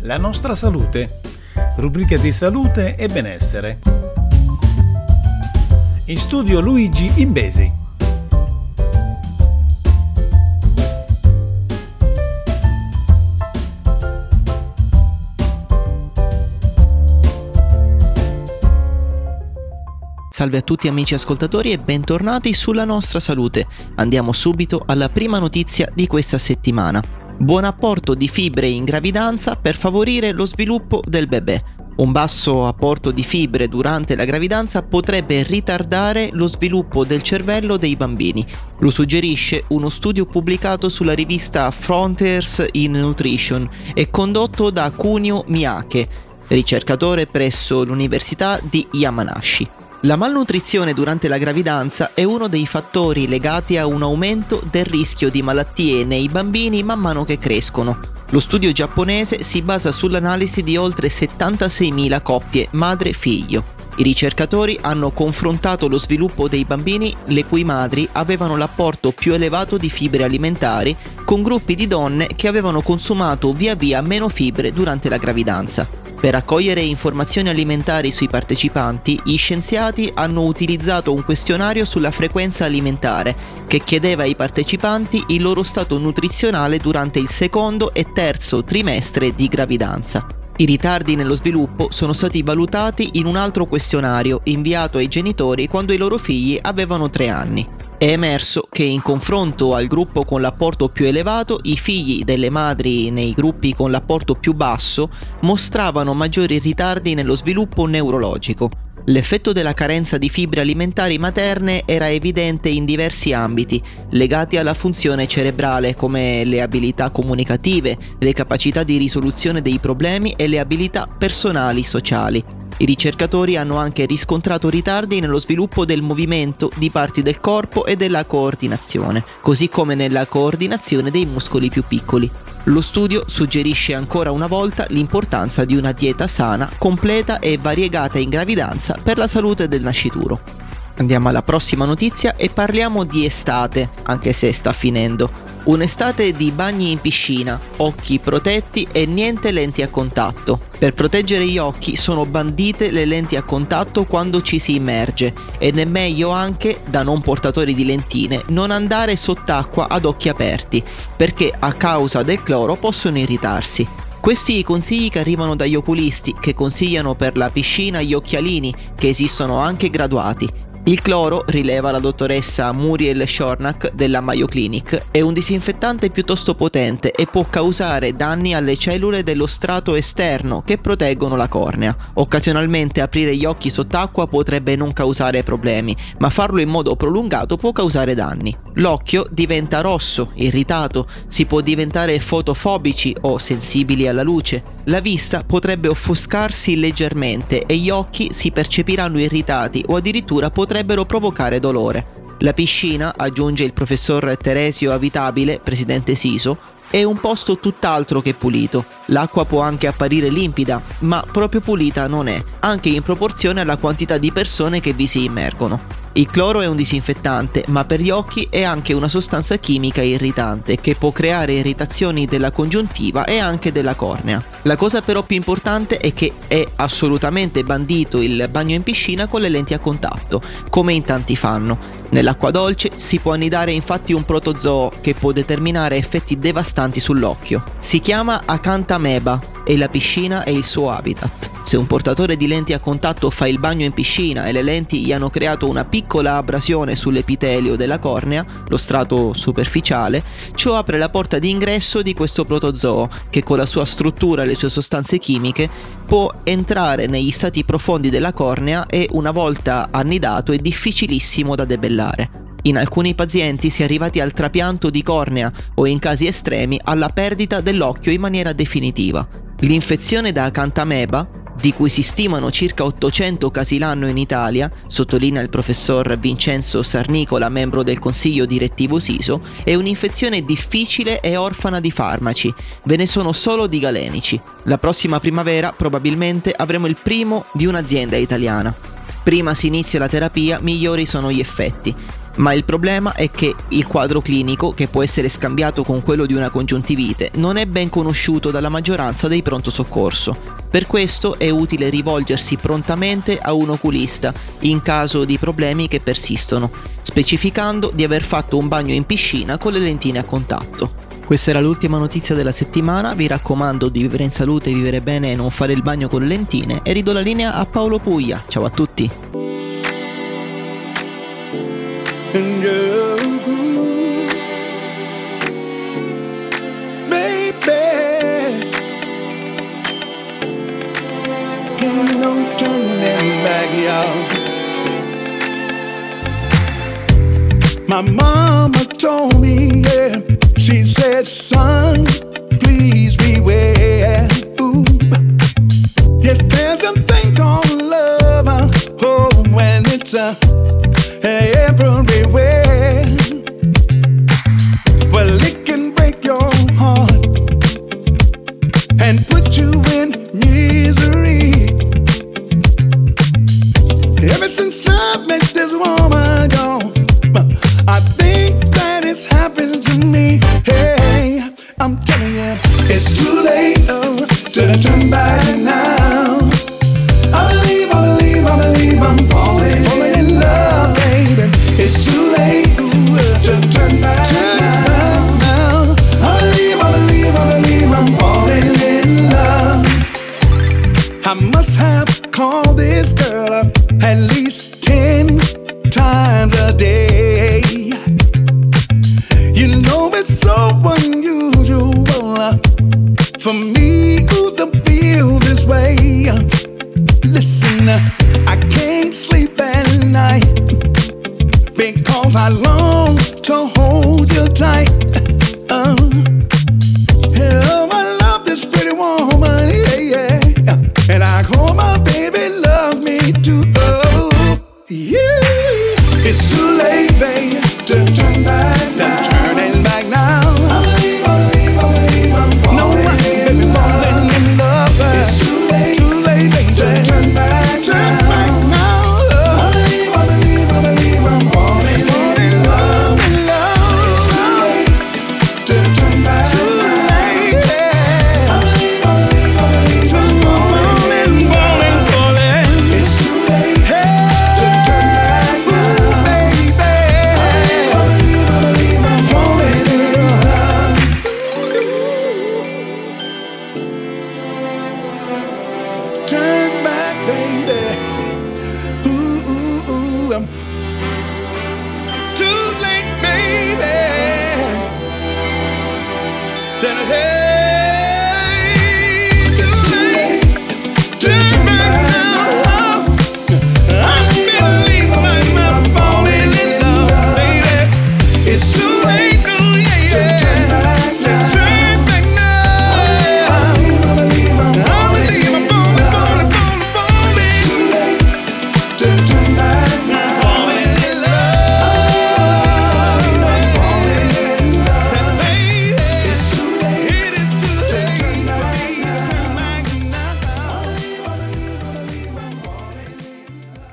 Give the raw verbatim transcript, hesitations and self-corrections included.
La nostra salute, rubrica di salute e benessere. In studio Luigi Imbesi. Salve a tutti amici ascoltatori e bentornati sulla nostra salute. Andiamo subito alla prima notizia di questa settimana. Buon apporto di fibre in gravidanza per favorire lo sviluppo del bebè. Un basso apporto di fibre durante la gravidanza potrebbe ritardare lo sviluppo del cervello dei bambini. Lo suggerisce uno studio pubblicato sulla rivista Frontiers in Nutrition e condotto da Kunio Miyake, ricercatore presso l'Università di Yamanashi. La malnutrizione durante la gravidanza è uno dei fattori legati a un aumento del rischio di malattie nei bambini man mano che crescono. Lo studio giapponese si basa sull'analisi di oltre settantaseimila coppie madre-figlio. I ricercatori hanno confrontato lo sviluppo dei bambini le cui madri avevano l'apporto più elevato di fibre alimentari con gruppi di donne che avevano consumato via via meno fibre durante la gravidanza. Per raccogliere informazioni alimentari sui partecipanti, gli scienziati hanno utilizzato un questionario sulla frequenza alimentare che chiedeva ai partecipanti il loro stato nutrizionale durante il secondo e terzo trimestre di gravidanza. I ritardi nello sviluppo sono stati valutati in un altro questionario inviato ai genitori quando i loro figli avevano tre anni. È emerso che in confronto al gruppo con l'apporto più elevato, i figli delle madri nei gruppi con l'apporto più basso mostravano maggiori ritardi nello sviluppo neurologico. L'effetto della carenza di fibre alimentari materne era evidente in diversi ambiti, legati alla funzione cerebrale come le abilità comunicative, le capacità di risoluzione dei problemi e le abilità personali sociali. I ricercatori hanno anche riscontrato ritardi nello sviluppo del movimento di parti del corpo e della coordinazione, così come nella coordinazione dei muscoli più piccoli. Lo studio suggerisce ancora una volta l'importanza di una dieta sana, completa e variegata in gravidanza per la salute del nascituro. Andiamo alla prossima notizia e parliamo di estate, anche se sta finendo. Un'estate di bagni in piscina, occhi protetti e niente lenti a contatto. Per proteggere gli occhi sono bandite le lenti a contatto quando ci si immerge ed è meglio anche, da non portatori di lentine, non andare sott'acqua ad occhi aperti, perché a causa del cloro possono irritarsi. Questi i consigli che arrivano dagli oculisti, che consigliano per la piscina gli occhialini, che esistono anche graduati. Il cloro, rileva la dottoressa Muriel Shornack della Mayo Clinic, è un disinfettante piuttosto potente e può causare danni alle cellule dello strato esterno che proteggono la cornea. Occasionalmente aprire gli occhi sott'acqua potrebbe non causare problemi, ma farlo in modo prolungato può causare danni. L'occhio diventa rosso, irritato, si può diventare fotofobici o sensibili alla luce. La vista potrebbe offuscarsi leggermente e gli occhi si percepiranno irritati o addirittura potrebbero provocare dolore. La piscina, aggiunge il professor Teresio Avitabile, presidente SISO, è un posto tutt'altro che pulito. L'acqua può anche apparire limpida, ma proprio pulita non è, anche in proporzione alla quantità di persone che vi si immergono. Il cloro è un disinfettante, ma per gli occhi è anche una sostanza chimica irritante che può creare irritazioni della congiuntiva e anche della cornea. La cosa però più importante è che è assolutamente bandito il bagno in piscina con le lenti a contatto, come in tanti fanno. Nell'acqua dolce si può annidare infatti un protozoo che può determinare effetti devastanti sull'occhio. Si chiama Acanthameba e la piscina è il suo habitat. Se un portatore di lenti a contatto fa il bagno in piscina e le lenti gli hanno creato una piccola abrasione sull'epitelio della cornea, lo strato superficiale, ciò apre la porta d'ingresso di questo protozoo che con la sua struttura e le sue sostanze chimiche può entrare negli stati profondi della cornea e una volta annidato è difficilissimo da debellare. In alcuni pazienti si è arrivati al trapianto di cornea o in casi estremi alla perdita dell'occhio in maniera definitiva. L'infezione da Acanthameba, di cui si stimano circa ottocento casi l'anno in Italia, sottolinea il professor Vincenzo Sarnicola, membro del consiglio direttivo SISO, è un'infezione difficile e orfana di farmaci. Ve ne sono solo di galenici. La prossima primavera probabilmente avremo il primo di un'azienda italiana. Prima si inizia la terapia, migliori sono gli effetti. Ma il problema è che il quadro clinico, che può essere scambiato con quello di una congiuntivite, non è ben conosciuto dalla maggioranza dei pronto soccorso. Per questo è utile rivolgersi prontamente a un oculista in caso di problemi che persistono, specificando di aver fatto un bagno in piscina con le lentine a contatto. Questa era l'ultima notizia della settimana, vi raccomando di vivere in salute, vivere bene e non fare il bagno con le lentine, e ridò la linea a Paolo Puglia. Ciao a tutti! And you, baby, ain't no turning back, y'all. My mama told me, yeah, she said, son, please beware. Ooh. Yes, there's a thing called love, uh, oh, when it's a uh, everywhere. Well, it can break your heart and put you in misery. Ever since I met this woman, gone, I think that it's happened to me. Hey, I'm telling you, it's too late oh, to turn back now. I believe, I believe, I believe I'm falling, falling in love, baby. It's too late ooh, to turn back turn now. now. I believe, I believe, I believe I'm falling in love. I must have called this girl up at least ten times a day. You know it's so unusual uh, for me ooh, to feel this way. Listen, uh, I can't sleep at night because I long to hold you tight. Uh, yeah, I love this pretty woman, yeah, yeah. And I hope my baby loves me too. Oh, yeah. It's too late, babe, to turn back now. Turning back now. I believe, I believe, I believe I'm falling. No, I ain't been falling in love. It's too late, too late, baby, to turn back turn now. Back now. I believe, I believe, I believe I'm falling, falling in love. In love. It's too late to turn back too now. Late, yeah. I believe, I believe, I believe I'm falling, falling, falling. It's too late hey. to turn back now. Baby, I believe, I believe I'm falling in love. Turn back, baby. Ooh, ooh, ooh, I'm too late, baby. Then hey.